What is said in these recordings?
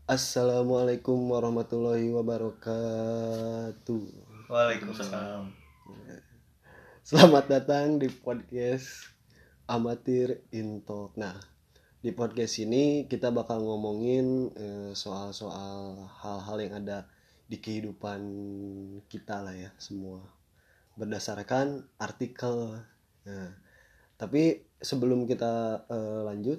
Assalamualaikum warahmatullahi wabarakatuh. Waalaikumsalam. Selamat datang di podcast Amatir Intok. Nah, di podcast ini kita bakal ngomongin soal-soal hal-hal yang ada di kehidupan kita lah ya, semua berdasarkan artikel. Nah, tapi sebelum kita lanjut,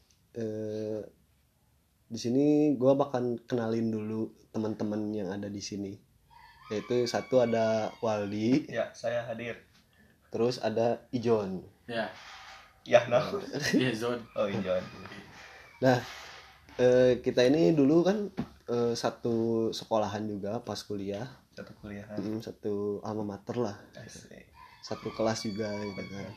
di sini gue bakal kenalin dulu teman-teman yang ada di sini. Yaitu satu ada Waldi, Ya, saya hadir. terus ada Ijon. Ya, No. iya Zon. Oh, Ijon. Nah, kita ini dulu kan satu sekolahan juga pas kuliah, Satu kuliahan. satu alma mater lah, Asik. satu kelas juga gitu kan.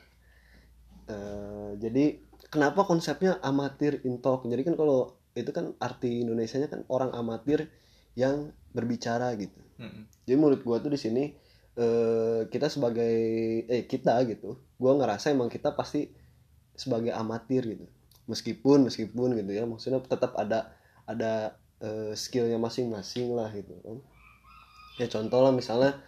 Jadi kenapa konsepnya amatir intok? Jadi kan kalau itu kan arti Indonesianya kan orang amatir yang berbicara gitu. Jadi menurut gua tuh di sini kita sebagai kita gitu, gua ngerasa emang kita pasti sebagai amatir gitu. Meskipun gitu ya, maksudnya tetap ada skillnya masing-masing lah gitu kan. Ya contoh lah misalnya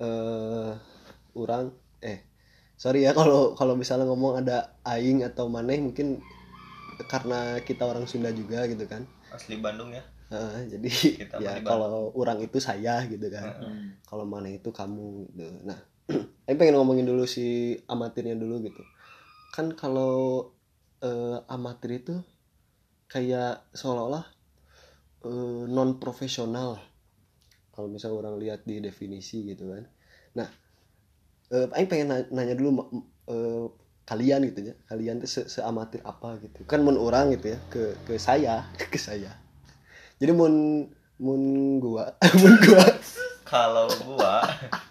orang sorry ya kalau misalnya ngomong ada aing atau maneh, mungkin karena kita orang Sunda juga gitu kan. Asli Bandung ya. Jadi Kita ya mah di kalau orang itu saya gitu kan. Kalau maneh itu kamu gitu. Nah, aing pengen ngomongin dulu si amatirnya dulu gitu. Kan kalau amatir itu kayak seolah-olah non profesional kalau misalnya orang lihat di definisi gitu kan. Nah, aing pengen nanya dulu kalian gitu ya, kalian tuh seamatir apa gitu kan, mun orang gitu ya ke saya ke saya. Jadi mun gua mun gua Kalau gua,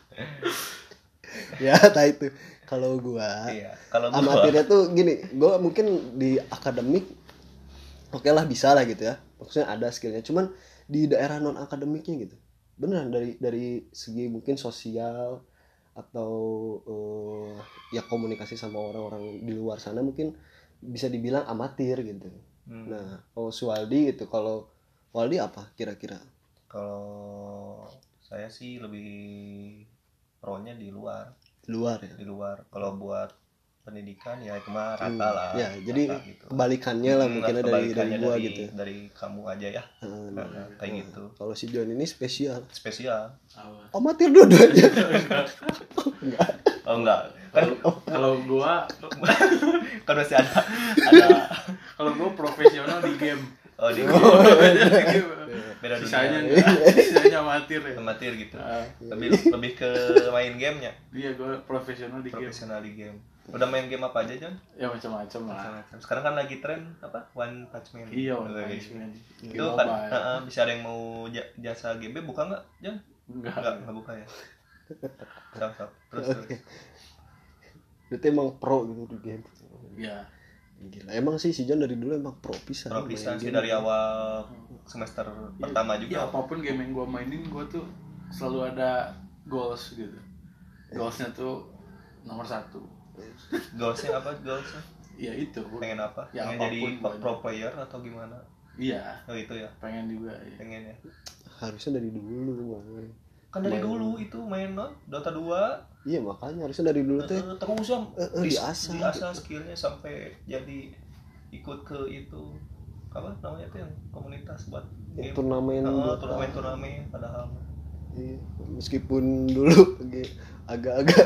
ya tah itu kalau gua iya. Kalau gua, amatirnya tuh gini, gua mungkin di akademik oke lah, bisa lah gitu ya, maksudnya ada skillnya, cuman di daerah non akademiknya gitu beneran dari segi mungkin sosial atau ya komunikasi sama orang-orang di luar sana mungkin bisa dibilang amatir gitu. Nah, kalau Suwaldi gitu, kalau Waldi apa kira-kira? kalau saya sih lebih pro-nya di luar. Ya. Di luar. Kalau buat pendidikan ya itu mah rata lah. Ya, jadi rata gitu. kebalikannya lah mungkin dari Kebalikannya gua gitu. Dari kamu aja ya. Kayak gitu. Kalau si John ini spesial. Spesial. Amatir dua-duanya. Oh enggak. Kalau gua Kan masih ada kalau gua profesional di game. oh di beda Sisanya dunia. sisanya amatir ya. Amatir gitu. Lebih ke main gamenya. Iya, gua profesional di game. Profesional di game. Udah main game apa aja, John? Ya macam-macam lah. Macam-macam. Sekarang kan lagi tren apa? One Punch Man. Iya, One Wih. Punch Man. Itu kan bisa ada yang mau jasa GB buka nggak, John? Enggak. Nggak buka ya. Sok. Terus. Berarti emang pro gitu di game. Ya. Gila. Emang sih si John dari dulu emang pro pisan. Pro pisan sih dari awal semester pertama Ya, juga. apapun game yang gua mainin, gua tuh selalu ada goals gitu. Goalsnya tuh nomor 1. Goalsnya apa? Goalsnya? Ya itu. Pengen apa? Ya, Pengen jadi apapun pro player atau gimana? Iya, Oh itu ya. pengen juga ya. Pengen ya. Harusnya dari dulu man. Kan dari dulu itu main Dota 2. Iya, makanya harusnya dari dulu teh Terus ya diasah skillnya sampai jadi ikut ke itu apa namanya tuh yang komunitas buat game. turnamen Dota. turnamen padahal Iya, meskipun dulu agak-agak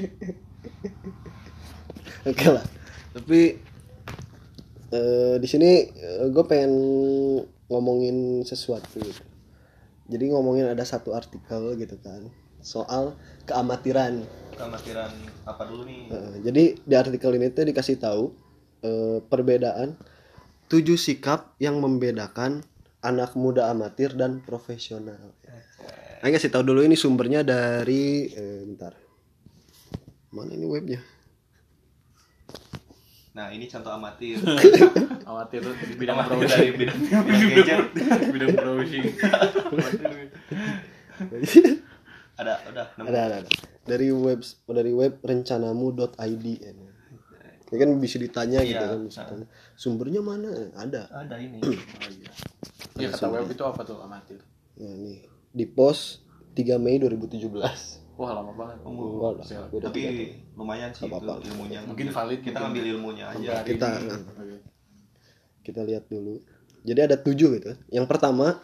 oke lah, tapi di sini gue pengen ngomongin sesuatu gitu. Jadi ngomongin ada satu artikel gitu kan soal keamatiran. apa dulu nih? Jadi di artikel ini tuh dikasih tahu perbedaan 7 sikap yang membedakan anak muda amatir dan profesional. Ayo kasih tahu dulu, ini sumbernya dari bentar. Mana ini webnya? Nah, ini contoh amatir. Amatir tuh di bidang Amatir browsing. dari bidang gadget. Bidang browsing. Ada nemu. Ada. Dari web rencanamu.id. Ini kan bisa ditanya gitu Iya. kan, bisa tanya. Sumbernya mana? Ada. Ada ini. Oh iya. Ya kata web itu apa tuh amatir? Nah, nih di post 3 Mei 2017. Wah lama banget. Enggak lah, Siap. beda Tapi 3 tahun. lumayan sih itu Apa-apa. ilmunya. Mungkin valid, Kita mungkin. ngambil ilmunya aja. Sampai hari Kita ini. Oke. kita lihat dulu. Jadi ada 7 gitu. Yang pertama,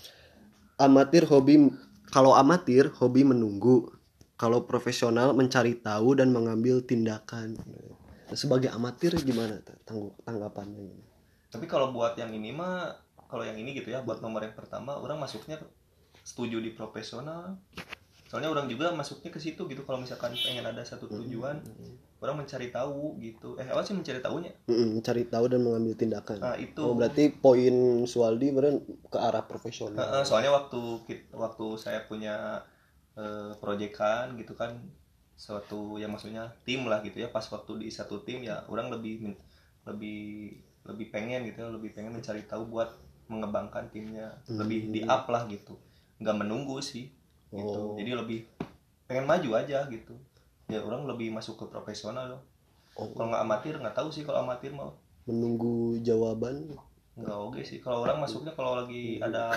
kalau amatir hobi menunggu. Kalau profesional mencari tahu dan mengambil tindakan. Nah, sebagai amatir gimana tanggapannya? Tapi kalau buat yang ini mah, kalau yang ini gitu ya, buat nomor yang pertama orang masuknya setuju di profesional. Soalnya orang juga masuknya ke situ gitu, kalau misalkan pengen ada satu tujuan, orang mencari tahu gitu. Apa sih mencari tahunya? Mencari tahu dan mengambil tindakan. Nah, itu. Oh, berarti poin Sualdi beneran ke arah profesional. Soalnya waktu saya punya proyekan gitu kan, suatu yang maksudnya tim lah gitu ya, pas waktu di satu tim ya orang lebih pengen gitu ya, lebih pengen mencari tahu buat mengembangkan timnya, lebih di up lah gitu, nggak menunggu sih gitu. Jadi lebih pengen maju aja gitu ya, orang lebih masuk ke profesional. Kalau nggak amatir, nggak tahu sih kalau amatir mau menunggu jawaban. Enggak oke sih, kalau orang masuknya kalau lagi ada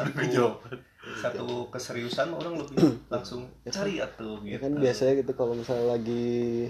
satu keseriusan, orang lebih langsung cari atuh gitu. Ya kan biasanya gitu kalau misalnya lagi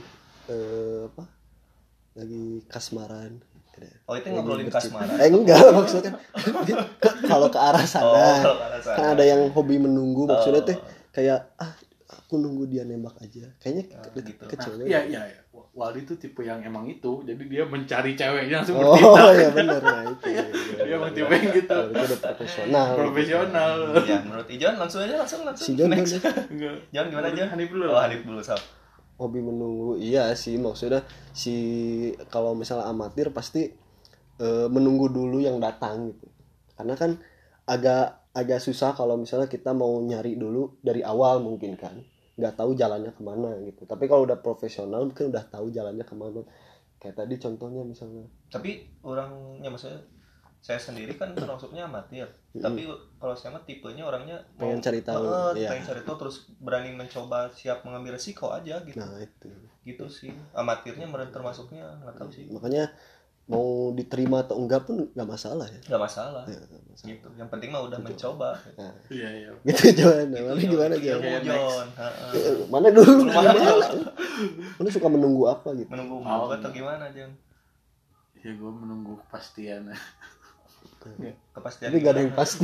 lagi kasmaran. Oh, itu ngobrolin kasmaran. Enggak, maksudnya kalau ke arah sana. Kan ada yang hobi menunggu, maksudnya teh kayak aku nunggu dia nembak aja. Kayaknya gitu. ke cewek. Iya. Waldi tuh tipe yang emang itu, jadi dia mencari ceweknya langsung Oh bertindak. iya benar ya itu. Dia emang tipe yang gitu. Itu udah profesional. Profesional. Ya, menurut Ijon langsung. Si Jon Next. Enggak. Jon gimana aja? Hanif dulu. Oh, Hanif dulu, Sob. Hobi menunggu, iya sih, maksudnya kalau misalnya amatir pasti menunggu dulu yang datang gitu. Karena kan agak susah kalau misalnya kita mau nyari dulu dari awal mungkin kan. Nggak tahu jalannya kemana gitu. Tapi kalau udah profesional mungkin udah tahu jalannya kemana. Kayak tadi contohnya misalnya. Tapi orangnya, maksudnya saya sendiri kan termasuknya amatir. Tapi kalau saya mah tipenya orangnya pengen cari tahu. Pengen cari tahu, terus berani mencoba, siap mengambil resiko aja gitu. Nah itu. Gitu sih. Amatirnya termasuknya nggak tahu sih. Makanya mau diterima atau enggak pun nggak masalah ya. Nggak masalah. Gitu. Yang penting mah udah mencoba. Nah, Iya. gitu Jon. Mana gimana Jon? Jon. Mana dulu? Mana suka menunggu apa gitu? Menunggu mau atau gimana, Jon? Ya gue menunggu kepastian. Kepastian. Tapi gak ada yang pasti.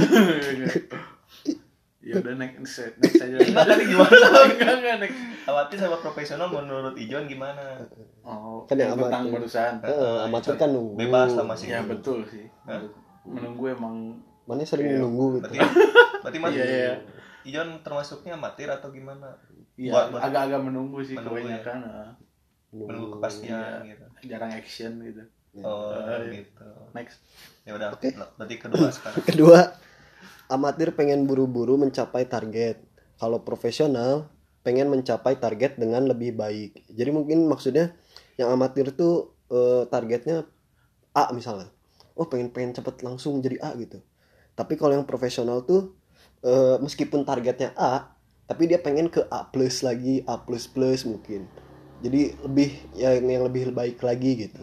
Ya udah next aja. Gimana? Next. Amatir sama profesional menurut Ijon gimana? Oh, Kan yang tentang amatir. barusan. Amatir kan nunggu. Bebas lah masih. Ya betul sih. Menunggu emang. Mana sering menunggu gitu. Berarti masih. Iya. Ijon termasuknya amatir atau gimana? Iya, agak-agak menunggu sih Menunggu kebanyakan. Menunggu kepastian gitu. Jarang action gitu. Oh, gitu. Next. Ya udah. Berarti kedua sekarang. Kedua, amatir pengen buru-buru mencapai target. Kalau profesional pengen mencapai target dengan lebih baik. Jadi mungkin maksudnya yang amatir tuh targetnya A misalnya. Oh pengen cepet langsung jadi A gitu. Tapi kalau yang profesional tuh meskipun targetnya A, tapi dia pengen ke A plus lagi, A plus mungkin. Jadi lebih yang lebih baik lagi gitu.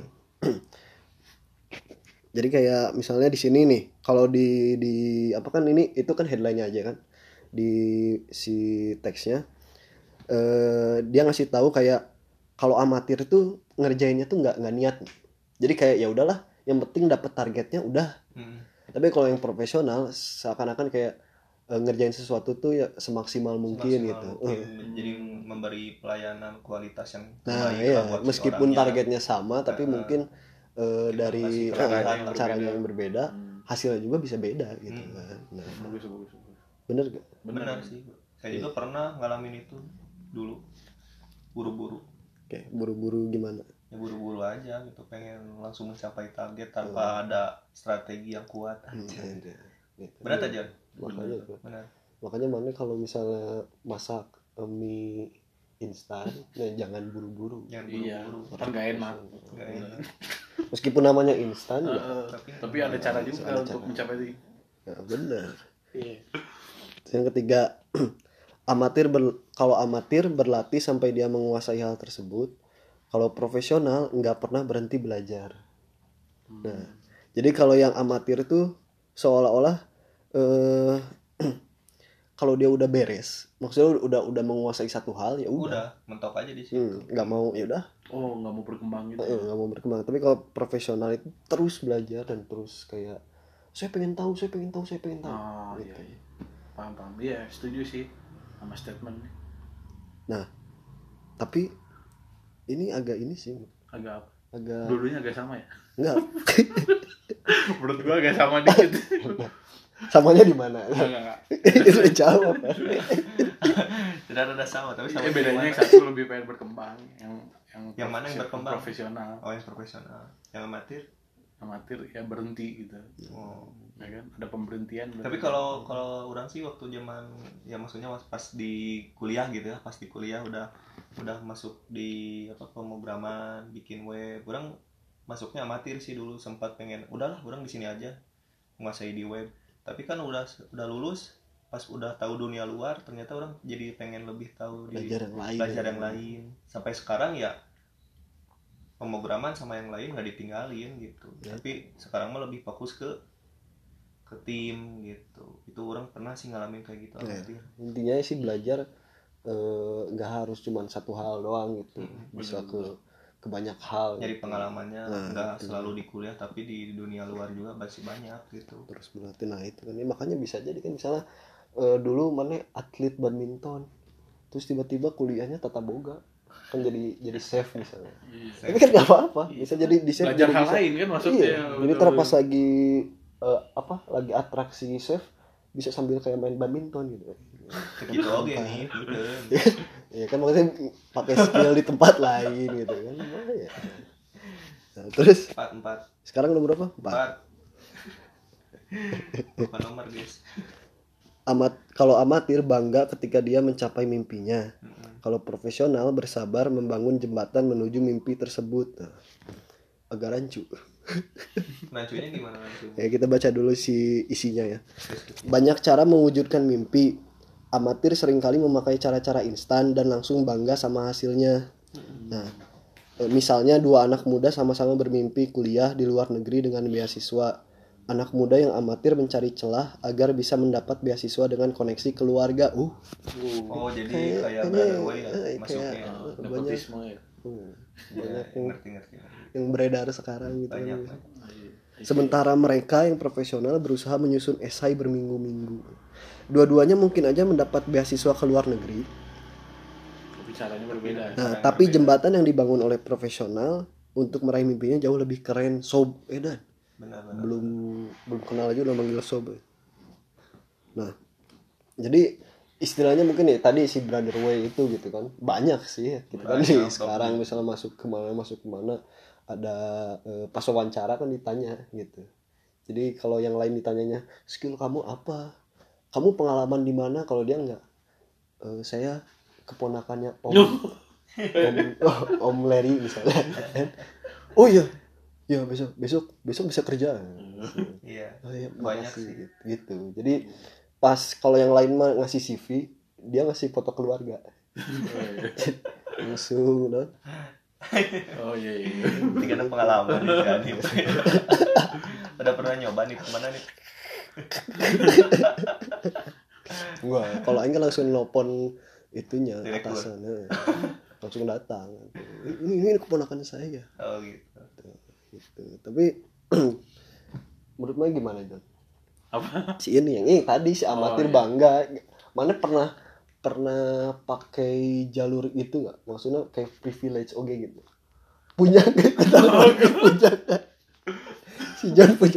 Jadi kayak misalnya di sini nih, kalau di apa kan ini itu kan headline-nya aja kan. Di si teksnya dia ngasih tahu kayak kalau amatir tuh ngerjainnya tuh nggak niat. Jadi kayak ya udahlah, yang penting dapat targetnya udah. Tapi kalau yang profesional seakan-akan kayak ngerjain sesuatu tuh ya semaksimal mungkin gitu. Jadi memberi pelayanan kualitas yang Nah, baik iya, buat si meskipun orangnya. targetnya sama tapi mungkin dari cara yang berbeda, hasilnya juga bisa beda gitu kan. Nah, Bagus. bener gak? Benar sih. Saya juga pernah ngalamin itu dulu. Buru-buru. Oke, buru-buru gimana? Ya buru-buru aja gitu, pengen langsung mencapai target tanpa ada strategi yang kuat aja. Gitu. Benar aja. Benar. Makanya mana kalau misalnya masak mie instan, ya jangan buru-buru. Jangan Iya, buru-buru. kan gak enak. Nggak enak. Meskipun namanya instan, ya, Tapi ada cara juga Ada untuk cara. mencapai itu. ya benar. Iya. Yang ketiga, kalau amatir berlatih sampai dia menguasai hal tersebut. Kalau profesional nggak pernah berhenti belajar. Nah, jadi kalau yang amatir tuh seolah-olah eh kalau dia udah beres, maksudnya udah menguasai satu hal ya udah. Udah mentok aja di situ. Nggak mau ya udah. Oh, nggak mau berkembang gitu. Nggak mau berkembang. Tapi kalau profesional itu terus belajar dan terus kayak saya pengen tahu. Oh Gitu. iya. Paham. Iya, setuju sih sama statement. Nah, tapi ini agak ini sih, Agak apa? agak Dulunya agak sama ya? enggak. Menurut gua agak sama dikit. Samanya di mana? Enggak. Itu udah jawab. Tidak ada sama, tapi sama Bedanya yang gimana? satu lebih pengen berkembang, Yang mana yang berkembang? Profesional. Oh, yang profesional. Yang amatir? Amatir ya berhenti gitu. Oh. Ya kan? Ada pemberhentian. Tapi kalau orang sih waktu zaman ya maksudnya pas di kuliah gitu ya, pas di kuliah udah masuk di pemrograman, bikin web. Orang masuknya amatir sih dulu, sempat pengen udahlah orang di sini aja menguasai di web. Tapi kan udah lulus, pas udah tahu dunia luar ternyata orang jadi pengen lebih tahu di Belajar yang lain. Sampai sekarang ya pemrograman sama yang lain nggak ditinggalin gitu. Ya. Tapi sekarang mah lebih fokus ke tim gitu. Itu orang pernah sih ngalamin kayak gitu. Ya. Intinya sih belajar nggak harus cuma satu hal doang gitu. Bisa ke banyak hal. Nyari pengalamannya nggak gitu. selalu di kuliah tapi di dunia luar juga masih banyak gitu. Terus berarti nah itu kan makanya bisa jadi kan misalnya dulu mana atlet badminton terus tiba-tiba kuliahnya tata boga kan jadi chef misalnya. Tapi kan nggak apa-apa, bisa jadi di chef. Belajar hal lain kan maksudnya. Iya. Jadi terpas lagi lagi atraksi chef bisa sambil kayak main badminton gitu. Gitu oke nih. Ya kan maksudnya pakai skill di tempat lain gitu kan. Ya. Nah, terus 4 sekarang nomor berapa? 4. Bukan nomor guys. Kalau amatir bangga ketika dia mencapai mimpinya. Kalau profesional bersabar membangun jembatan menuju mimpi tersebut. Nah, agak rancu. Rancunya gimana rancu? Ya kita baca dulu si isinya ya. Banyak cara mewujudkan mimpi. Amatir seringkali memakai cara-cara instan dan langsung bangga sama hasilnya. Nah, misalnya dua anak muda sama-sama bermimpi kuliah di luar negeri dengan beasiswa. Anak muda yang amatir mencari celah agar bisa mendapat beasiswa dengan koneksi keluarga. Oh, jadi kayak Broadway ya masuknya. Nepotisme ya. Banyak Ngerti. yang beredar sekarang gitu. Banyak. Kan. Sementara mereka yang profesional berusaha menyusun esai berminggu-minggu. Dua-duanya mungkin aja mendapat beasiswa ke luar negeri. Tapi caranya berbeda. Nah, tapi jembatan yang dibangun oleh profesional untuk meraih mimpinya jauh lebih keren. Sob, Edan. Benar. Belum kenal aja udah manggil sob. Nah, jadi istilahnya mungkin ya tadi si brother way itu gitu kan. Banyak sih gitu kan nih sekarang misalnya masuk kemana ada pas wawancara kan ditanya gitu. Jadi kalau yang lain ditanyanya skill kamu apa? Kamu pengalaman di mana? Kalau dia enggak. Saya keponakannya Om Larry misalnya. Oh iya. Ya besok bisa kerja. Iya. Banyak sih gitu. Jadi pas kalau yang lain mah ngasih CV, dia ngasih foto keluarga. Langsung dong. Oh iya. Tinggal pengalaman nih. Udah pernah nyoba nih kemana nih? Enggak, kalau aing kan langsung nelpon itunya Direktur. atasannya. Langsung datang. Ini keponakan saya. Oh gitu. Tapi menurut mana gimana John? Apa? Si ini yang tadi si amatir bangga. Mana pernah pakai jalur itu nggak? Maksudnya kayak privilege oke gitu. Punya nggak? Punya nggak? Si John punya.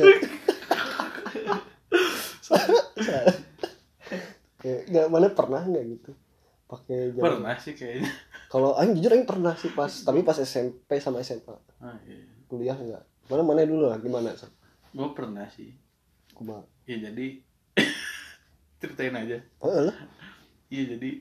Nggak, mana pernah nggak gitu? Pakai jalur. Pernah sih kayaknya. Kalau aing jujur aing pernah sih tapi pas SMP sama SMA. Iya. Kuliah enggak. Mana dulu lah gimana? Gue pernah sih. Kumaha? Ya jadi ceritain aja. Oh lah. Iya jadi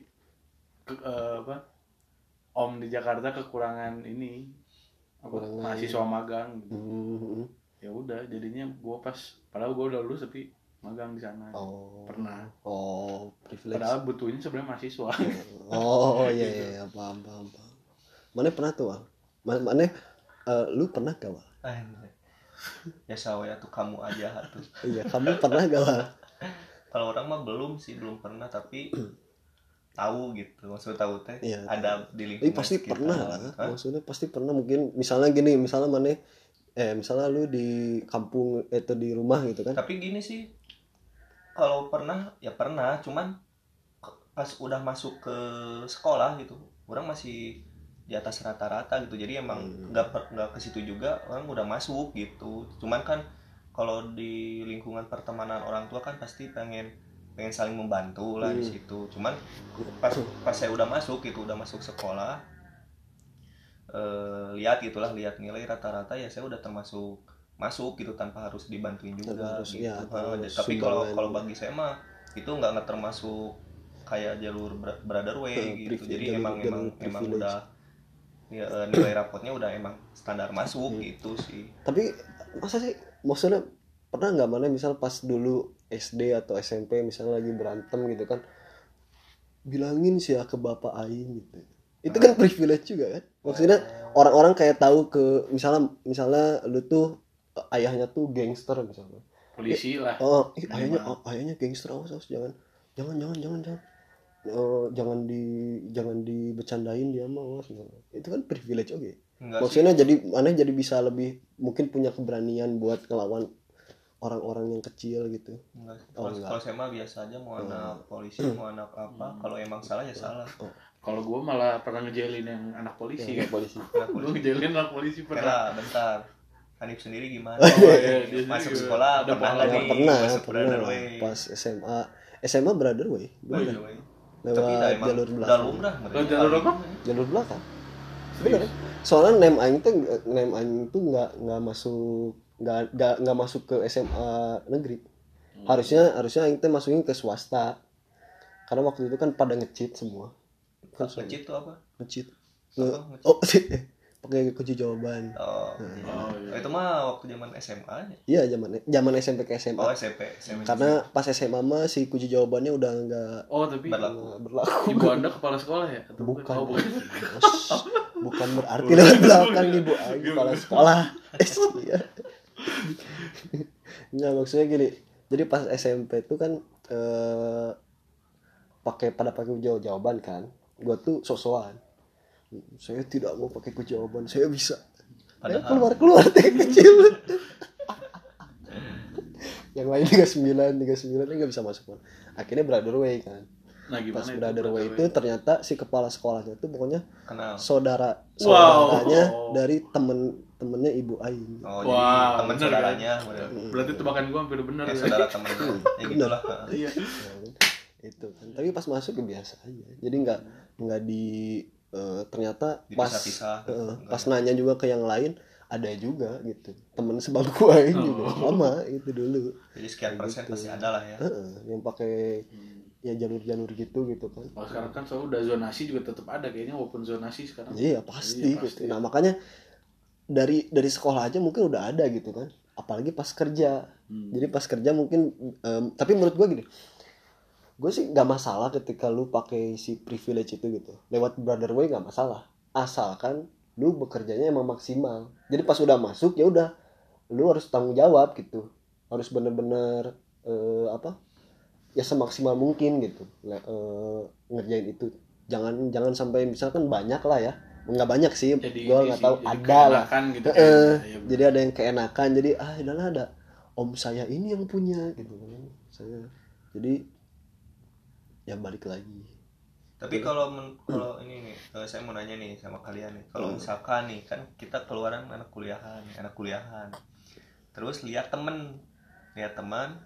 Om di Jakarta kekurangan ini mahasiswa magang gitu. Ya udah jadinya gue padahal gue udah lulus tapi magang di sana. Pernah. Privilege. Padahal butuhnya sebenarnya mahasiswa. Iya paham. Mana pernah tuh, Wal? Mana lu pernah gak, Wal? ya sawe tuh kamu aja tuh. Iya, kamu pernah gak lah? Kalau orang mah belum pernah, tapi tahu gitu, maksudnya tahu teh Iya, ada di lingkungan pasti sekitar. pernah lah. Maksudnya pasti pernah, mungkin misalnya gini, misalnya mana misalnya lu di kampung atau di rumah gitu kan. Tapi gini sih, kalau pernah ya pernah, cuman pas udah masuk ke sekolah gitu orang masih di atas rata-rata gitu, jadi emang nggak ke situ juga, orang udah masuk gitu. Cuman kan kalau di lingkungan pertemanan orang tua kan pasti pengen saling membantu lah di situ. Cuman pas saya udah masuk gitu, udah masuk sekolah, lihat nilai rata-rata ya saya udah termasuk masuk gitu tanpa harus dibantuin juga harus, gitu. ya, Tapi kalau bagi saya mah itu nggak termasuk kayak jalur brother way gitu. Jadi emang udah ya, nilai rapotnya udah emang standar masuk gitu sih. Tapi masa sih, maksudnya pernah nggak mana misal pas dulu SD atau SMP misalnya lagi berantem gitu kan, bilangin sih ya ke bapak aing gitu. Itu kan privilege juga kan. Maksudnya orang-orang kayak tahu ke misalnya lu tuh ayahnya tuh gangster misalnya. Polisi lah. Ayahnya gangster, awas jangan. Jangan dibecandain dia mah, awas. Itu kan privilege oke. Maksudnya jadi bisa lebih mungkin punya keberanian buat ngelawan orang-orang yang kecil gitu. Kalau saya mah biasa aja, mau anak polisi mau anak apa, kalau emang salah ya salah. Kalau gue malah pernah ngejelin yang anak polisi. Anak polisi. Gue ngejelin anak polisi pernah. Bentar. Hanif sendiri gimana? Masuk juga. sekolah pernah nggak nih? Masuk Pernah brother way. pas SMA brother way. Brother way. Lewat jalur belakang. Udah lumrah. Jalur apa? Jalur belakang. Bener. Soalnya nem aing tuh nggak masuk ke SMA negeri. Harusnya aing tuh masukin ke swasta. Karena waktu itu kan pada nge-cheat semua. Nge-cheat tuh apa? Nge-cheat. Nge-cheat? Pakai kunci jawaban. Itu mah waktu zaman SMA Iya, ya? zaman SMP ke SMA. SMP. Karena pas SMA mah si kunci jawabannya udah enggak tapi berlaku. Ibu Anda kepala sekolah ya? Atau bukan. bukan. Bukan berarti lewat belakang ibu aing kepala sekolah. Iya. Nggak, maksudnya gini. Jadi pas SMP tuh kan pakai jawaban kan. Gua tuh sok-sokan. Saya tidak mau pakai kunci jawaban, saya bisa. Keluar teh kecil. Yang lain 39 nggak bisa masuk. Akhirnya brother way kan. Nah, pas brother way itu ternyata si kepala sekolahnya itu pokoknya kenal saudaranya dari temennya ibu aing. Jadi teman saudaranya. Berarti tebakan gua hampir benar ya. Saudara temennya. Ya gitulah. Iya. Itu kan. Tapi pas masuk biasa aja. Jadi nggak ternyata pas nanya juga ke yang lain ada juga gitu temen sebangku aing juga sama itu dulu. Jadi sekian persen gitu. Pasti ada lah ya. Yang pakai ya jalur gitu kan. Oh, sekarang kan soalnya udah zonasi juga tetap ada kayaknya walaupun zonasi sekarang. Iya pasti. Gitu. Nah makanya dari sekolah aja mungkin udah ada gitu kan. Apalagi pas kerja. Jadi pas kerja mungkin tapi menurut gua gini. Gue sih nggak masalah ketika lu pakai si privilege itu gitu lewat brother way, nggak masalah asalkan lu bekerjanya emang maksimal. Jadi pas udah masuk ya udah lu harus tanggung jawab gitu, harus bener-bener ya semaksimal mungkin gitu ngerjain itu. Jangan sampai misalkan banyak lah ya, nggak banyak sih, gue nggak tahu ada lah gitu, jadi ada yang keenakan, jadi udahlah ada om saya ini yang punya gitu saya, jadi ya balik lagi. Tapi kalau ini nih, saya mau nanya nih sama kalian nih, kalau misalkan nih kan kita keluaran anak kuliahan, terus lihat teman, ya teman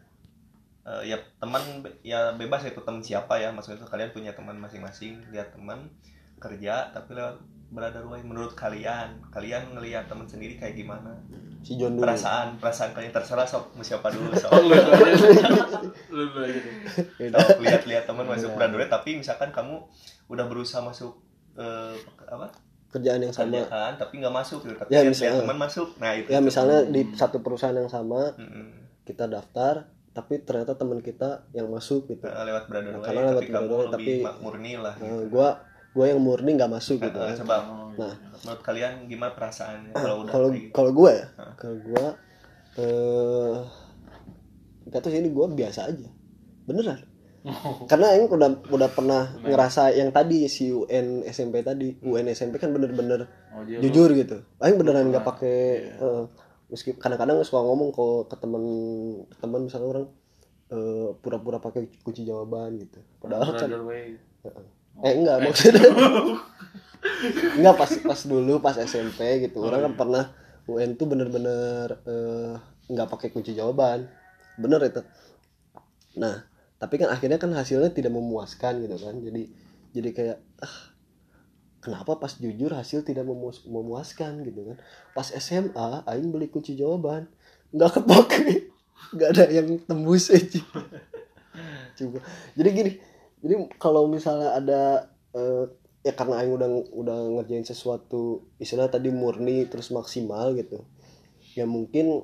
bebas itu teman siapa ya, maksudnya kalian punya teman masing-masing, lihat teman kerja tapi lewat brother way, menurut kalian ngelihat teman sendiri kayak gimana? Si John dulu. Perasaan kalian terserah, sok mau siapa dulu sok. Lu aja deh. Lihat teman masuk brother way tapi misalkan kamu udah berusaha masuk kerjaan yang sama tapi nggak masuk gitu, tapi ya, lihat teman masuk. Nah itu ya misalnya di satu perusahaan yang sama kita daftar tapi ternyata teman kita yang masuk gitu lewat brother way, karena tapi kamu lebih murni lah gitu. Gua yang murni nggak masuk gitu coba menurut kalian gimana perasaannya kalau udah kalau gue ya kalau gue Gak tahu sih, ini gue biasa aja beneran. Karena Aing udah pernah ngerasa yang tadi si UN SMP tadi. UN SMP kan bener-bener jujur gitu. Aing beneran nggak pakai meski kadang-kadang suka ngomong ke teman misalnya orang pura-pura pakai kunci jawaban gitu. Padahal kan enggak maksudnya enggak pas dulu pas SMP gitu. Orang kan pernah UN tuh bener-bener nggak pakai kunci jawaban. Bener itu. Nah, tapi kan akhirnya kan hasilnya tidak memuaskan gitu kan. Jadi kayak kenapa pas jujur hasil tidak memuaskan gitu kan. Pas SMA aing beli kunci jawaban nggak kepake, nggak ada yang tembus aja. Coba jadi gini, jadi kalau misalnya ada ya karena aing udah ngerjain sesuatu istilah tadi murni terus maksimal gitu ya, mungkin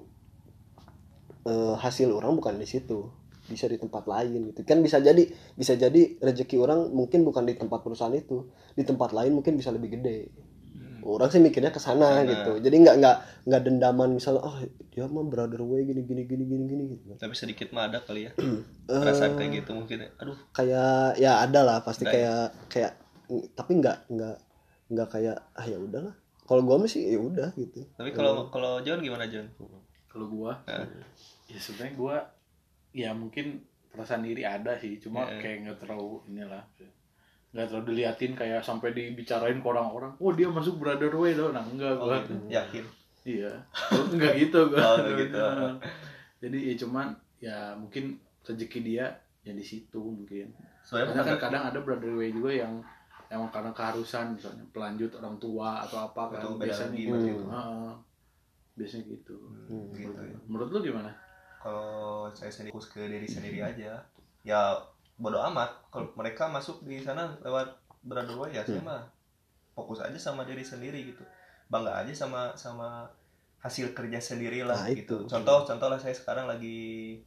hasil orang bukan di situ, bisa di tempat lain gitu kan. Bisa jadi rezeki orang mungkin bukan di tempat perusahaan itu, di tempat lain mungkin bisa lebih gede. Orang sih mikirnya ke sana gitu. Jadi nggak dendaman misalnya dia mah brother way gini gitu. Tapi sedikit mah ada kali ya. Perasaan kayak gitu mungkin ya. Aduh. Kayak ya ada lah pasti kayak tapi nggak kayak ya udahlah. Kalau gua mah sih ya udah gitu. Tapi kalau John gimana John? Kalau gua ya sebenarnya gua ya mungkin perasaan diri ada sih, cuma kayak nggak terlalu inilah, nggak terlalu diliatin kayak sampai dibicarain ke orang-orang. Oh dia masuk brother way dong, nah enggak gua. Yakin? Iya, enggak gitu gua. Enggak gitu. Jadi ya cuman ya mungkin rezeki dia ya di situ mungkin. Soalnya kan kadang ada brother way juga yang emang karena keharusan, misalnya pelanjut orang tua atau apa kan biasanya gitu. Biasanya gitu. Gitu ya. Menurut lu gimana? Kalau saya sendiri fokus ke diri sendiri aja, ya bodo amat. Kalau mereka masuk di sana lewat brother way ya saya mah fokus aja sama diri sendiri gitu. Bangga aja sama hasil kerja sendiri lah gitu. Contoh lah saya sekarang lagi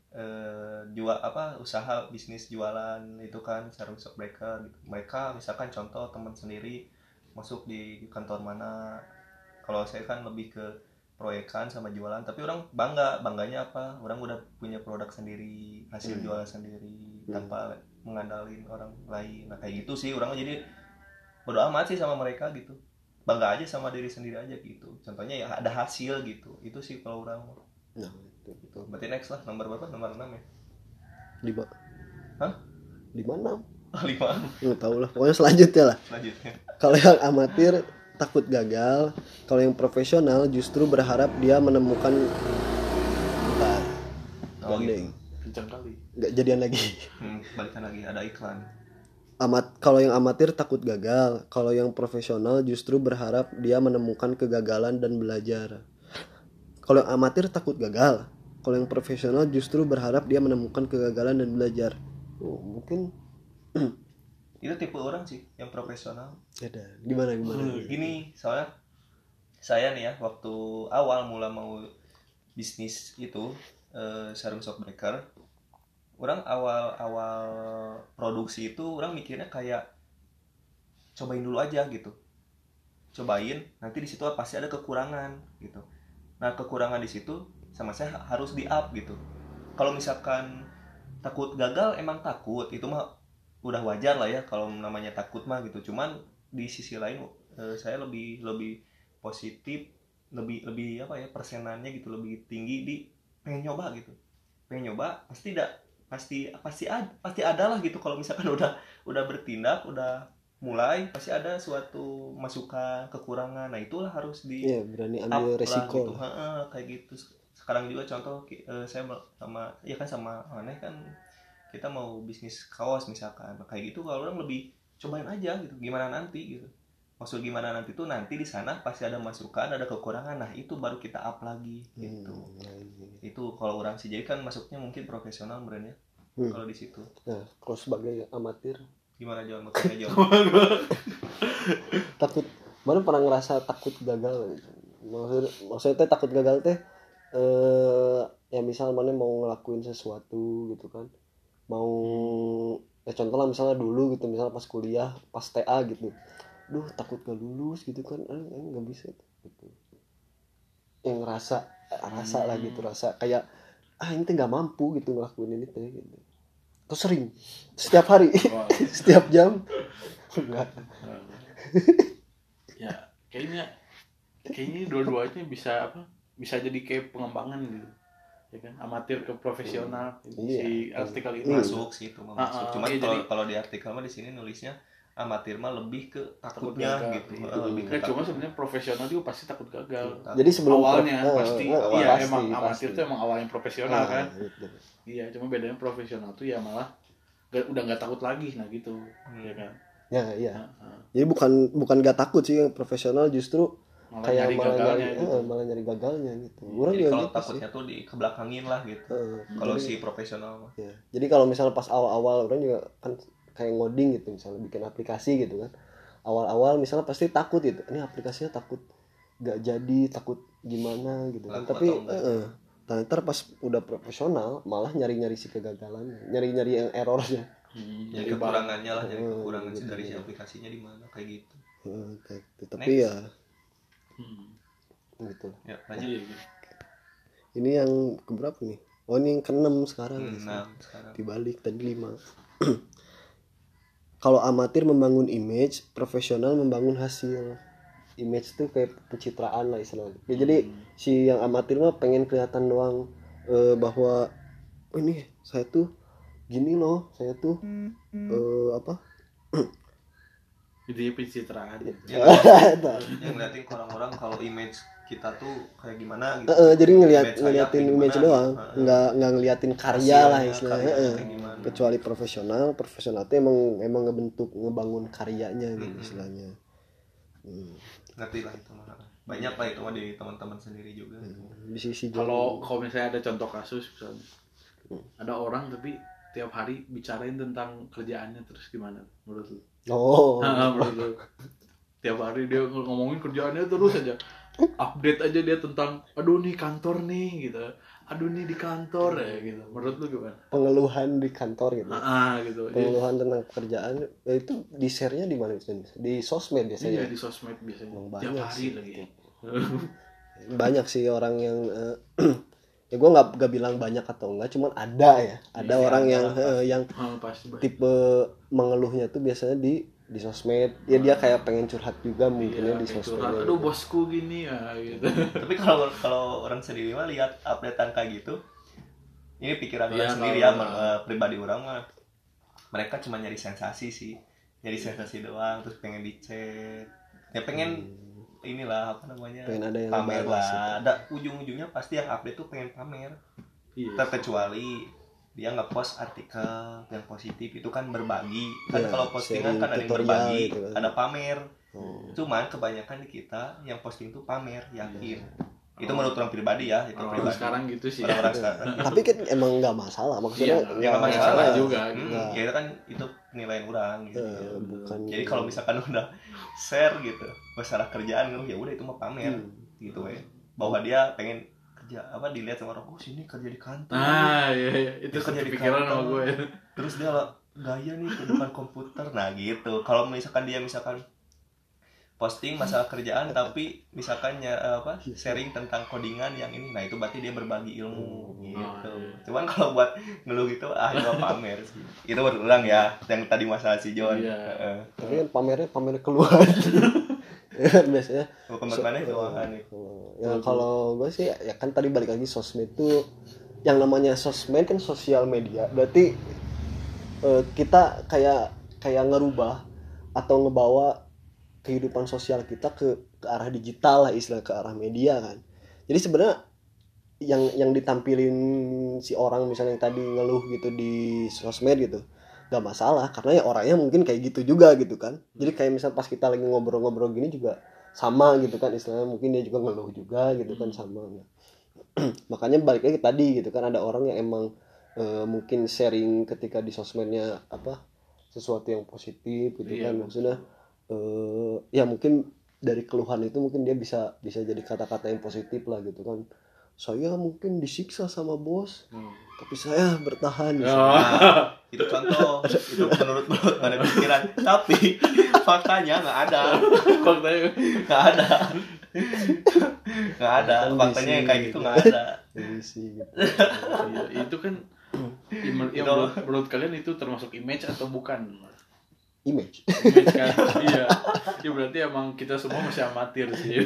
usaha bisnis jualan itu kan sarung shockbreaker gitu. Mereka misalkan contoh teman sendiri masuk di kantor mana. Kalau saya kan lebih ke proyekan sama jualan, tapi orang bangganya apa, orang udah punya produk sendiri, hasil jualan sendiri tanpa mengandalkan orang lain. Nah kayak gitu sih orang, jadi bodo amat sih sama mereka gitu, bangga aja sama diri sendiri aja gitu. Contohnya ya ada hasil gitu, itu sih kalau orang. Nah itu berarti next lah, nomor berapa? Nomor 6 ya? 5. Hah? 5-6 5? nggak tahu lah, pokoknya selanjutnya lah. Kalau yang amatir takut gagal, kalau yang profesional justru berharap dia menemukan gandeng. Kencang kali. Nggak jadian lagi. Balikan lagi, ada iklan. Kalau yang amatir takut gagal, kalau yang profesional justru berharap dia menemukan kegagalan dan belajar. Kalau yang amatir takut gagal, kalau yang profesional justru berharap dia menemukan kegagalan dan belajar. Mungkin itu tipe orang sih yang profesional. Gimana? Gini, soalnya saya nih ya, waktu awal mula mau bisnis itu sarung shockbreaker, orang awal produksi itu orang mikirnya kayak cobain dulu aja gitu, nanti di situ pasti ada kekurangan gitu. Nah kekurangan di situ sama saya harus di up gitu. Kalau misalkan takut gagal, emang takut itu mah udah wajar lah ya kalau namanya takut mah gitu. Cuman di sisi lain saya lebih positif, lebih apa ya, persenannya gitu lebih tinggi di pengen nyoba gitu. Pengen nyoba pasti ada lah gitu. Kalau misalkan udah bertindak, udah mulai, pasti ada suatu masukan, kekurangan. Nah itulah harus berani ambil resiko gitu. Kayak gitu. Sekarang juga contoh saya sama aneh kan, kita mau bisnis kaos misalkan, kayak gitu. Kalau orang lebih cobain aja gitu, gimana nanti gitu. Maksud gimana nanti tuh, nanti di sana pasti ada masukan, ada kekurangan. Nah itu baru kita up lagi gitu. Itu kalau orang sih, jadi kan masuknya mungkin profesional brandnya kalau di situ. Nah kalau sebagai amatir gimana John? Makanya John takut, mana pernah ngerasa takut gagal? Maksudnya takut gagal teh ya misal mana mau ngelakuin sesuatu gitu kan, mau ya contoh lah misalnya dulu gitu, misalnya pas kuliah, pas TA gitu, takut gak lulus gitu kan, nggak bisa gitu. Yang ngerasa rasa lah gitu, rasa kayak ini tuh nggak mampu gitu ngelakuin ini tuh gitu. Terus sering setiap hari setiap jam enggak. Ya kayaknya dua-duanya bisa jadi kayak pengembangan gitu ya kan, amatir ke profesional. Si artikel itu masuk sih itu masuk. Cuma kalau di artikel mah di sini nulisnya amatir mah lebih ke takutnya gitu. Lebih ke cuma sebenarnya profesional juga pasti takut gagal. Jadi sebelum awalnya pasti emang amatir tuh emang awalnya profesional kan. Iya, cuma bedanya profesional tuh ya malah udah nggak takut lagi, nah gitu ya kan. Ya iya. Jadi bukan nggak takut sih, yang profesional justru malah kayak malah nyari gagalnya gitu. Orang juga kalau gitu takutnya sih tuh dikebelakangin lah gitu. Kalau si profesional mah. Ya. Jadi kalau misalnya pas awal-awal orang juga kan kayak ngoding gitu, misalnya bikin aplikasi gitu kan. Awal-awal misalnya pasti takut gitu. Ini aplikasinya takut nggak jadi, takut gimana gitu kan. Tapi ntar pas udah profesional malah nyari-nyari si kegagalan, nyari-nyari yang errornya. Jadi kekurangannya lah, jadi kekurangan gitu, dari si aplikasinya di mana kayak gitu. Kayak gitu. Tapi ya gitu. Ya, lanjut. Ini yang keberapa nih? Oh, ini yang ke-6 sekarang. 6 sekarang. Dibalik tadi 5. Kalau amatir membangun image, profesional membangun hasil. Image tuh kayak pencitraan lah istilahnya. Ya, jadi si yang amatir mah pengen kelihatan doang bahwa ini saya tuh gini loh, saya tuh itu ya pencitraan. Yang ngeliatin orang-orang kalau image kita tuh kayak gimana gitu. Jadi ngeliatin image doang, nggak ngeliatin karya lah istilahnya. Kecuali profesional tuh emang ngebangun karyanya gitu istilahnya. Ngerti lah itu mah. Banyak lah itu mah di teman-teman sendiri juga. Kalau misalnya ada contoh kasus misalnya, ada orang tapi tiap hari bicarain tentang kerjaannya, terus gimana menurut lu? Menurut lu tiap hari dia ngomongin kerjaannya terus aja, update aja dia tentang aduh nih kantor nih gitu, aduh nih di kantor ya gitu. Menurut lu gimana? Pengeluhan di kantor gitu. Gitu. Pengeluhan tentang pekerjaan itu di share-nya di mana biasanya? Di sosmed biasanya. Iya, di sosmed biasanya. Tiap hari sih, lagi. Banyak sih orang yang ya gue nggak bilang banyak atau enggak, cuman ada orang yang tipe mengeluhnya tuh biasanya di sosmed. Dia kayak pengen curhat juga mungkinnya di sosmed. Aduh bosku gini ya gitu. Tapi kalau orang sendiri mah lihat updatean kayak gitu, ini pikiran orang sendiri ya, pribadi orang mah mereka cuma nyari sensasi sih, nyari sensasi doang, terus pengen dicet, ya pengen inilah pengen ada yang pamer lah. Ada ujung-ujungnya pasti yang update tuh pengen pamer. Terkecuali dia nge-post artikel yang positif, itu kan berbagi kan. Kalau postingan kan ada yang berbagi gitu, ada pamer. Cuman kebanyakan di kita yang posting tuh pamer, yakin. Itu menurut orang pribadi ya, itu pribadi. Sekarang gitu sih. Orang sekarang. Tapi kan emang nggak masalah, maksudnya nggak masalah juga. Ya itu kan itu penilaian orang gitu. Bukan. Jadi kalau misalkan udah share gitu masalah kerjaan, ya udah itu mah pamer gitu ya. Bahwa dia pengen kerja dilihat sama orang, sini kerja di kantor. Iya. Itu kerja di pikiran sama gue. Terus dia gaya nih ke depan komputer. Nah gitu. Kalau misalkan dia posting masalah kerjaan tapi misalkan sharing tentang codingan yang ini, nah itu berarti dia berbagi ilmu gitu. Cuman kalau buat ngeluh gitu itu pamer sih. Itu berulang ya yang tadi masalah si John. Tapi kan pamer keluhan. Biasanya kemana keuangan nih. Ya kalau gue sih ya kan tadi balik lagi, sosmed tuh yang namanya sosmed kan sosial media. Berarti kita kayak ngerubah atau ngebawa kehidupan sosial kita ke arah digital lah, istilah ke arah media kan. Jadi sebenarnya yang ditampilin si orang misalnya yang tadi ngeluh gitu di sosmed gitu gak masalah, karena ya orangnya mungkin kayak gitu juga gitu kan. Jadi kayak misal pas kita lagi ngobrol-ngobrol gini juga sama gitu kan, istilahnya mungkin dia juga ngeluh juga gitu kan, sama. Makanya balik lagi tadi gitu kan, ada orang yang emang mungkin sharing ketika di sosmednya sesuatu yang positif gitu kan, maksudnya ya mungkin dari keluhan itu mungkin dia bisa jadi kata-kata yang positif lah gitu kan. Saya mungkin disiksa sama bos, tapi saya bertahan. Itu contoh, itu menurut mana pikiran, tapi faktanya nggak ada. nggak ada faktanya yang kayak gitu nggak ada. Kondisi gitu. Iya, itu kan Itu- menurut kalian itu termasuk image atau bukan? Image. Image kan? Iya. Ya berarti emang kita semua masih amatir sih.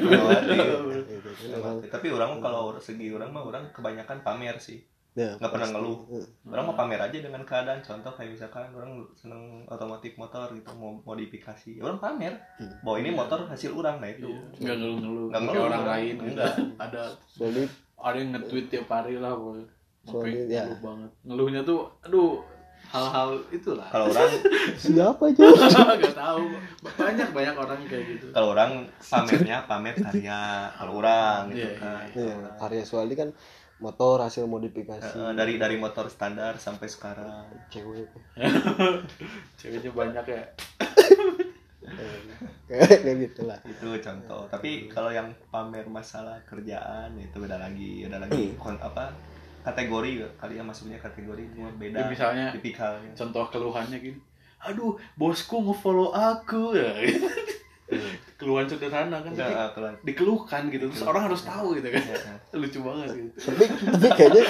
Tapi orang kalau segi orang mah orang kebanyakan pamer sih. Ya, Nggak pernah pasti. ngeluh. Orang mau pamer aja dengan keadaan. Contoh kayak misalkan orang seneng otomotif motor gitu, mau modifikasi, orang pamer bahwa ini motor hasil orang, nah itu. Nggak ngeluh-ngeluh Nggak kayak ngeluh. orang lain gitu. Enggak. Soalnya Ada yang nge-tweet tiap hari lah boy. Sampai Soalnya, ya. ngeluh banget. Ngeluhnya tuh aduh hal-hal itulah. Kalau orang siapa aja? Gak tahu. Banyak orang kayak gitu. kalau orang pamernya pamer karya, kalau orang gitu Iya, kan. Iya, karya soalnya kan motor hasil modifikasi. Dari motor standar sampai sekarang. Cewek. Ceweknya banyak ya. Kayak gitu lah. Itu contoh. Tapi kalau yang pamer masalah kerjaan itu beda lagi kategori kali ya, masuknya kategori itu beda. Ya, misalnya tipikalnya. contoh keluhannya gini. Aduh, bosku nge-follow aku ya. Keluhan sederhana kan. Tapi Keluar. dikeluhkan gitu. Terus orang harus tahu gitu kan. Lucu banget gitu. Tapi kayaknya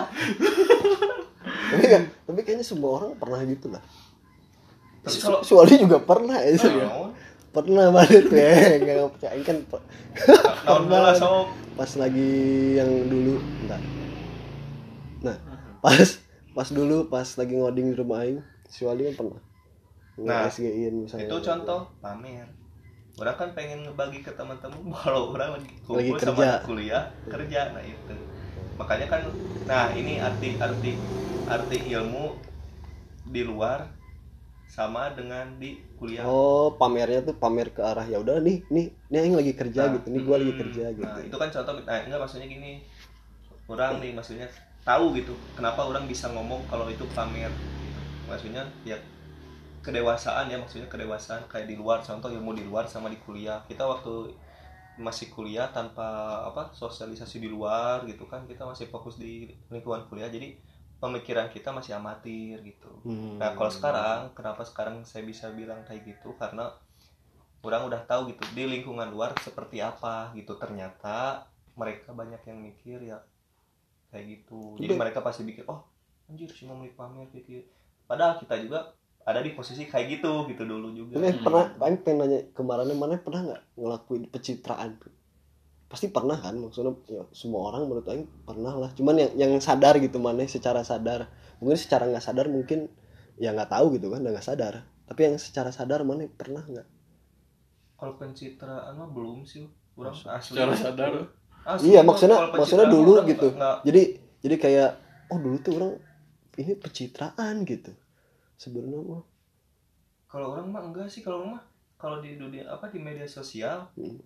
tapi kayaknya semua orang pernah gitu lah. Tapi kalau Suali juga pernah ya. naon Pernah banget ya, nggak percaya kan naon bola sok. pas lagi yang dulu entar. Nah, pas dulu pas lagi ngoding di rumah aing, si Wali kan pernah. Nah, SG-in misalnya. Itu contoh pamer. Orang kan pengen ngebagi ke teman-teman kalau orang lagi kumpul Lagi sama kerja. kuliah kerja, nah itu. Makanya kan, nah ini arti ilmu di luar sama dengan di kuliah. Oh, pamernya tuh pamer ke arah ya udah nih aing lagi kerja Nah, gitu. Nih gua lagi kerja gitu. Nah, itu kan contoh. Nah, enggak maksudnya gini. Orang nih maksudnya tahu gitu. Kenapa orang bisa ngomong kalau itu pamer gitu. Maksudnya ya kedewasaan ya, maksudnya kedewasaan kayak di luar, contoh ilmu di luar sama di kuliah. Kita waktu masih kuliah tanpa sosialisasi di luar gitu kan, kita masih fokus di lingkungan kuliah, jadi pemikiran kita masih amatir gitu. Nah kalau sekarang, kenapa sekarang saya bisa bilang kayak gitu, karena orang udah tahu gitu di lingkungan luar seperti apa gitu. Ternyata mereka banyak yang mikir ya kayak gitu, jadi mereka pasti pikir oh anjir si mau pamer gitu. Padahal kita juga ada di posisi kayak gitu dulu juga. Tapi aing pengen nanya kemarin, mana pernah nggak ngelakuin pencitraan tuh? Pasti pernah kan, maksudnya ya, semua orang menurut aing pernah lah. Cuman yang sadar gitu, mana secara sadar. Mungkin secara nggak sadar mungkin ya nggak tahu gitu kan, nggak sadar. Tapi yang secara sadar mana pernah nggak? Kalau pencitraan mah belum sih, orang asli. Secara sadar. Asli, Iya, kalau maksudnya pencitraan dulu orang gitu. nggak- Jadi kayak oh dulu tuh orang ini pencitraan gitu. Sebenarnya mah Kalau orang mah enggak sih, kalau orang mah kalau di dunia di media sosial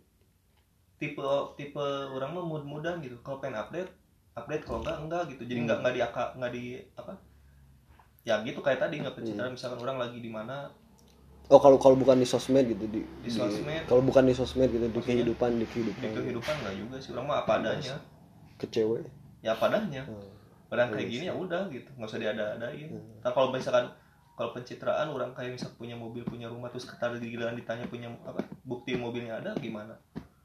tipe orang mah mudah-mudahan gitu. Kalau pengen update, kalau enggak gitu. Jadi enggak di ya gitu kayak tadi, nggak pencitraan. Misalkan orang lagi di mana oh kalau bukan di sosmed gitu di sosmed, kalau bukan di sosmed gitu di Maksudnya? kehidupan di kehidupan enggak juga sih. Orang mah apa adanya. ke cewek. Ya apa adanya. Orang kayak gini ya udah gitu, nggak usah diada-adain. Nah kalau misalkan kalau pencitraan orang kayak misal punya mobil, punya rumah, terus ketar di giliran ditanya punya bukti mobilnya ada gimana?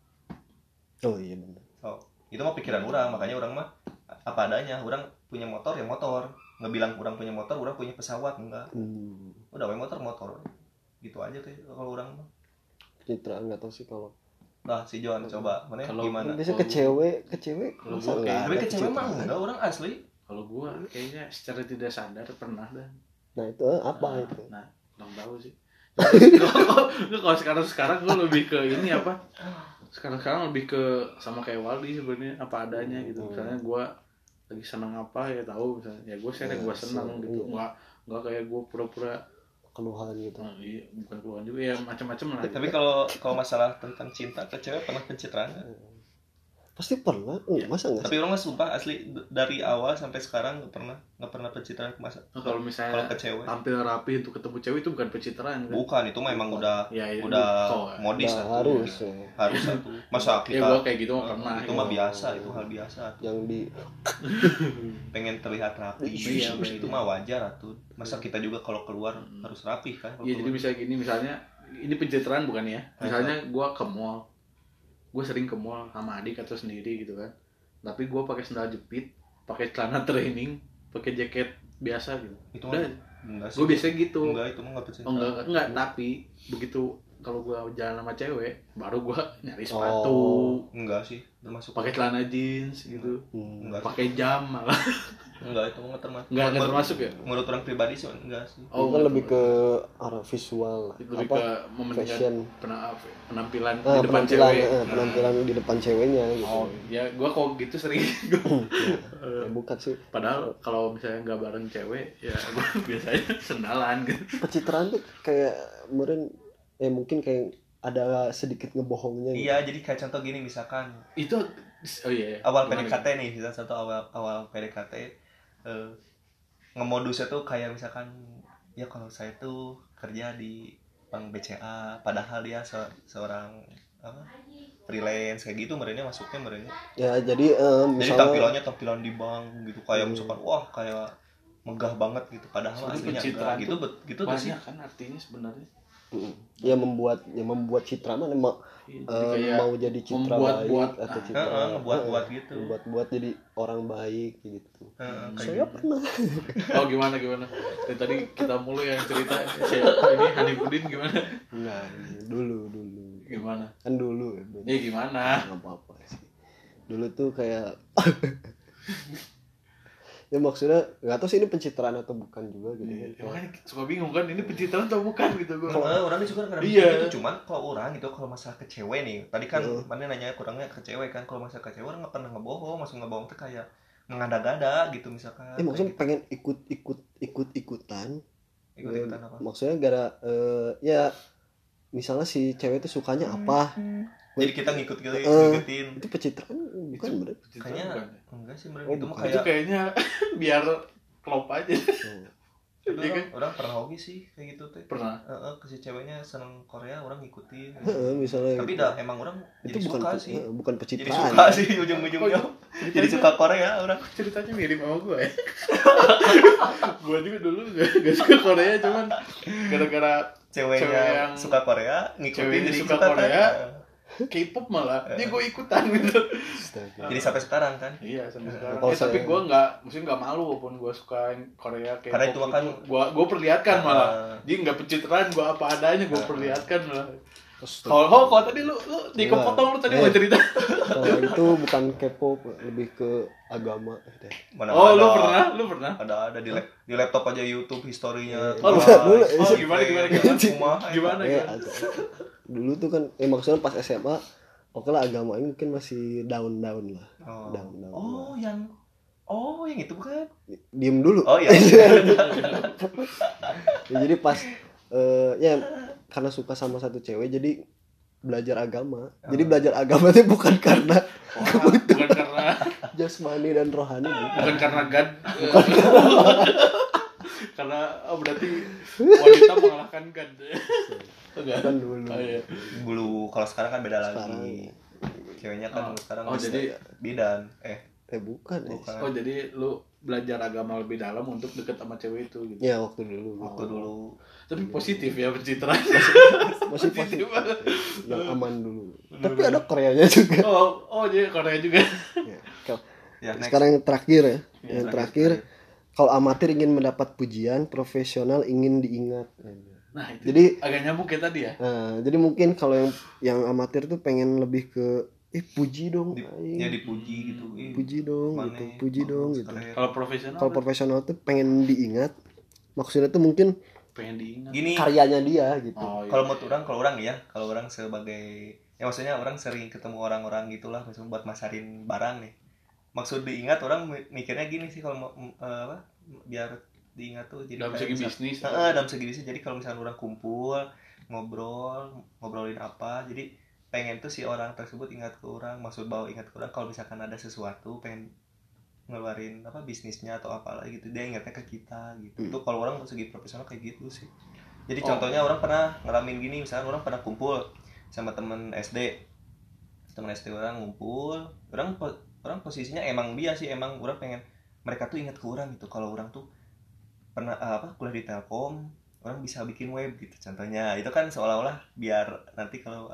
Oh iya benar. Oh, itu mah pikiran orang. Makanya orang mah apa adanya. Orang punya motor ya motor, ngebilang orang punya motor, orang punya pesawat enggak. Udah we motor gitu aja tuh kalau orang mah. Pencitraan nggak tahu sih kalau. Nah si Johan coba mana gimana? Biasa ke cewek Kalau masa gua nggak Tapi ada ke cewek mah pencitraan? enggak, orang asli. Kalau gua kayaknya secara tidak sadar pernah dah. Nah itu apa itu? Nah, belum tahu sih. Kalau sekarang gue lebih ke ini apa? Sekarang lebih ke sama kayak Waldi sebenarnya, apa adanya gitu. Misalnya gue lagi senang apa ya tahu, misalnya ya gue share gue senang gitu. Nggak kayak gue pura-pura Keluhan gitu. iya, bukan keluhan juga ya macam-macam lah. Tapi kalau masalah tentang cinta ke cewek pernah pencitraan nggak? Pasti pernah. Masa nggak? Tapi orang mah sumpah asli dari awal sampai sekarang nggak pernah pencitraan ke masa. Nah, kalau misalnya ke cewek tampil rapi untuk ketemu cewek itu bukan pencitraan kan? bukan, itu mah emang udah Ya, ya, udah ya. modis Nah, satu. harus ya. Harus satu. Masa Ya kita gue kayak gitu mah pernah. itu mah biasa, itu hal biasa. Yang di Pengen terlihat rapi. Iya, itu mah wajar atuh. Masa kita juga kalau keluar harus rapi kan? Kalau Iya, jadi keluar. misalnya gini, misalnya ini pencitraan bukan ya? Misalnya gue ke mall gue sering ke mall sama adik atau sendiri gitu kan, tapi gue pakai sandal jepit, pakai celana training, pakai jaket biasa gitu. Itu udah enggak sih. Gue biasanya gitu. Enggak, itu mah enggak pecinta. Enggak, tapi begitu kalau gue jalan sama cewek baru gue nyari sepatu. Enggak sih, termasuk Pakai celana jeans gitu. Enggak. Pakai jam malah. Enggak, itu enggak termasuk. Enggak termasuk ya? Menurut orang pribadi sih enggak sih. Itu kan lebih ke arah visual, Itu lebih apa ke mementingkan fashion, penampilan di depan penampilan, cewek. penampilan di depan ceweknya gitu. Oh, ya gue kok gitu sering. Ya, bukan sih. Padahal kalau misalnya nggak bareng cewek, ya gue biasanya sendalan gitu. Pencitraan tuh kayak kemarin mungkin kayak ada sedikit ngebohongnya gitu. Iya, jadi kayak contoh gini misalkan Itu, oh iya. awal PDKT nih, misalnya satu awal PDKT ngemodusnya tuh kayak misalkan ya kalau saya tuh kerja di bank BCA, padahal dia seorang apa freelance kayak gitu, merenya masuknya Ya jadi jadi misalnya tampilan di bank gitu kayak misalkan wah kayak megah banget gitu, padahal aslinya enggak gitu gitu tuh sih. Banyak kan artinya sebenarnya. ya membuat citra mana mau jadi citra baik atau citra ngebuat gitu. buat jadi orang baik gitu. Saya Gitu. pernah. Oh gimana? Dari tadi kita mulu yang cerita. Ini Hanifudin gimana? Enggak, dulu Gimana? kan dulu ya. Gimana? Nggak apa-apa sih. Dulu tuh kayak ya maksudnya nggak tahu sih ini pencitraan atau bukan juga gitu. Makanya suka bingung kan, ini pencitraan atau bukan gitu gue. Orang juga kadang Iya. gitu, cuman kalau orang gitu kalau masalah ke cewek nih, tadi kan mana nanya kurangnya ke cewek kan, kalau masalah ke cewek orang nggak pernah ngebohong, maksud ngebohong tuh kayak mengada-gada gitu misalkan. Maksudnya pengen ikutan. Ikut-ikutan apa? Maksudnya ya misalnya si cewek itu sukanya apa. Jadi kita ngikutin. Itu pencitraan bukan bener. Kayaknya enggak sih bener, itu mah Itu kayak kayaknya biar klop aja. orang pernah hobi sih kayak gitu teh. Pernah. Ke si ceweknya seneng Korea, orang ngikutin. Misalnya Tapi gitu. emang orang itu jadi bukan suka sih. bukan Jadi pencitraan. suka sih ujung-ujungnya. Jadi suka Korea orang. Ceritanya mirip sama gue ya. Gue juga dulu gak suka Korea, cuman gara-gara Ceweknya yang suka Korea, ngikutin ceweknya jadi suka ikutan, Korea. kan. K-pop malah, dia gue ikutan gitu. Astaga. Jadi sampai sekarang kan. Iya sampai sekarang. Kalau Tapi saya- gue maksudnya nggak malu walaupun gue suka yang Korea K-pop. Karena itu kan gue perlihatkan malah. Dia nggak pencitraan, gue apa adanya gue perlihatkan malah. Astaga. Kalau tadi lu dikepotong lu tadi mau cerita. Kalau itu bukan K-pop, lebih ke agama. mana Oh ada. lu pernah? Ada di laptop aja YouTube historinya. Oh, lu dulu. Oh gimana? Dulu tuh kan maksudnya pas SMA oke lah agama ini mungkin masih down lah. Down. Oh, yang itu bukan? Diem dulu. Oh iya. Ya, jadi pas ya karena suka sama satu cewek jadi belajar agama. Jadi belajar agama itu bukan karena Bukan karena jasmani dan rohani gitu. bukan karena God. Karena berarti wanita mengalahkan God. Kan dulu. Oh, iya. Dulu kalau sekarang kan beda Sekarang. lagi. Ceweknya kan sekarang jadi bidan. Bukan. Bukan. Oh jadi lu belajar agama lebih dalam untuk deket sama cewek itu gitu. Ya waktu dulu. Waktu dulu. Tapi positif ya pencitraan. Masih positif. Yang aman dulu. Tapi ada Koreanya juga. Oh jadi Korea juga. Ya, kalau- Ya, next. Sekarang yang terakhir ya. Ya, Yang terakhir kalau amatir ingin mendapat pujian, profesional ingin diingat. Nah itu Jadi agak nyambung kayak tadi ya. jadi mungkin kalau yang amatir tuh pengen lebih ke puji dong. aing. Ya dipuji gitu. Puji dong Mana gitu. Puji dong gitu. keren. Kalau profesional Kalau profesional tuh pengen diingat. Maksudnya tuh mungkin pengen diingat. Gini, karyanya dia gitu. Oh, iya. kalau orang ya, kalau orang sebagai ya maksudnya orang sering ketemu orang-orang gitulah misalnya buat masarin barang nih. Maksud diingat orang mikirnya gini sih kalau biar diingat tuh jadi Dalam kayak segi misal- bisnis. dalam segi bisnis. Jadi kalau misalnya orang kumpul ngobrolin apa, jadi pengen tuh si orang tersebut ingat ke orang, maksud bawa ingat ke orang kalau misalkan ada sesuatu pengen ngeluarin bisnisnya atau apalah gitu, dia ingatnya ke kita gitu. Itu kalau orang segi profesional kayak gitu sih. Jadi contohnya orang pernah ngalamin gini, misalnya orang pernah kumpul sama temen SD orang ngumpul, orang posisinya emang dia sih emang orang pengen mereka tuh ingat ke orang gitu. Kalau orang tuh pernah kuliah di Telkom, orang bisa bikin web gitu contohnya. Itu kan seolah-olah biar nanti kalau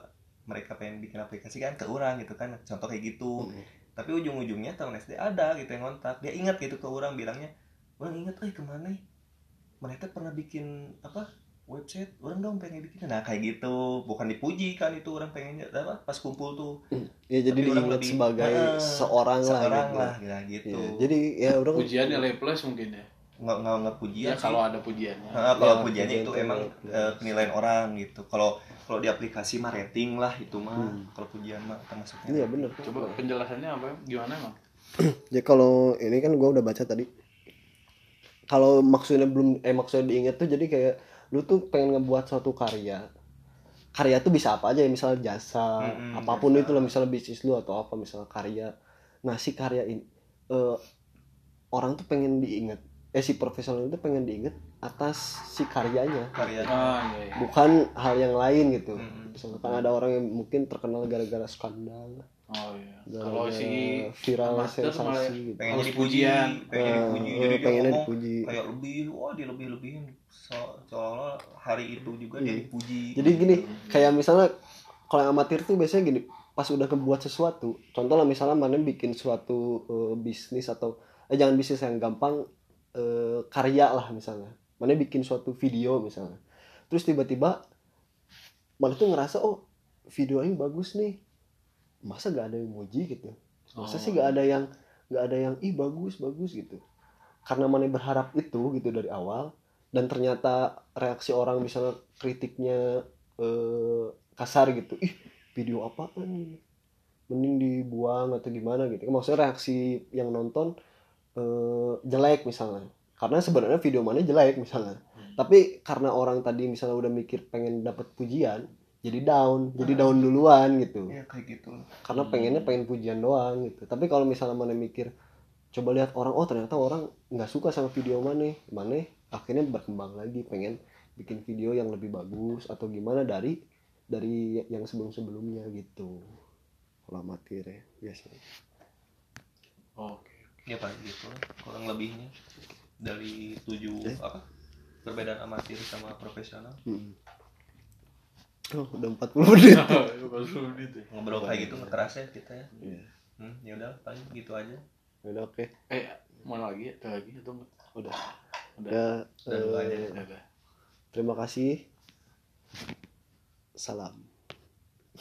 mereka pengen bikin aplikasi kan ke orang gitu kan, contoh kayak gitu. Tapi ujung-ujungnya tahun SD ada gitu yang ngontak, dia ingat gitu ke orang, bilangnya orang ingat kemana mereka pernah bikin apa website, orang dong pengen bikin. Nah kayak gitu, bukan dipuji kan, itu orang pengennya apa pas kumpul tuh ya jadi tapi orang diingat lebih sebagai seorang lah gitu. Ya, jadi ya orang pujian nilai plus mungkin ya. Nggak pujian Ya sih. kalau ada pujiannya. Kalau Ya, pujiannya itu pujian emang plus. penilaian orang gitu. Kalau di aplikasi mah rating lah itu mah. Kalau pujian mah termasuknya. iya bener. Coba penjelasannya apa? Gimana emang? Ya kalau ini kan gue udah baca tadi. Kalau maksudnya maksudnya diingat tuh jadi kayak lu tuh pengen ngebuat suatu karya tuh bisa apa aja ya, misalnya jasa, apapun jasa. itu lah, misalnya bisnis lu atau apa, misalnya karya. Nah si karya ini orang tuh pengen diingat, si profesional itu pengen diingat atas si karyanya, Iya. bukan hal yang lain gitu. Misalnya kan ada orang yang mungkin terkenal gara-gara skandal, Oh iya. gara-gara Kalau si viral amatir malah sensasi gitu. Pengennya Harus dipuji, pujian. jadi dia pengennya ngomong dipuji. kayak lebih, wah dilebih-lebihin soalnya hari itu juga dia dipuji. Jadi gini, kayak misalnya kalau yang amatir tuh biasanya gini, pas udah kebuat sesuatu, contoh lah misalnya mana bikin suatu bisnis atau jangan bisnis yang gampang, karya lah misalnya, mana bikin suatu video misalnya, terus tiba-tiba mana tuh ngerasa oh video ini bagus nih, masa gak ada yang muji gitu, masa sih gak ada yang ih bagus gitu, karena mana berharap itu gitu dari awal, dan ternyata reaksi orang misalnya kritiknya kasar gitu, ih video apaan nih, mending dibuang atau gimana gitu, maksudnya reaksi yang nonton jelek misalnya, karena sebenarnya video mana jelek misalnya, tapi karena orang tadi misalnya udah mikir pengen dapat pujian, jadi down duluan gitu, Iya kayak gitu. karena pengen pujian doang gitu. Tapi kalau misalnya mana mikir, coba lihat orang, oh ternyata orang nggak suka sama video mana akhirnya berkembang lagi pengen bikin video yang lebih bagus atau gimana dari yang sebelumnya gitu. Kalau amatir ya biasanya. Oke. Ya paling gitu kurang lebihnya dari 7 apa perbedaan amatir sama profesional. Oh, udah 40 menit. Ngobrol kayak gitu nggak kerasa ya kita ya. Iya. Ya udah paling gitu aja. Udah oke. Mau lagi? Ada lagi atau enggak? Udah. Udah dulu aja. Udah. Terima kasih. Salam.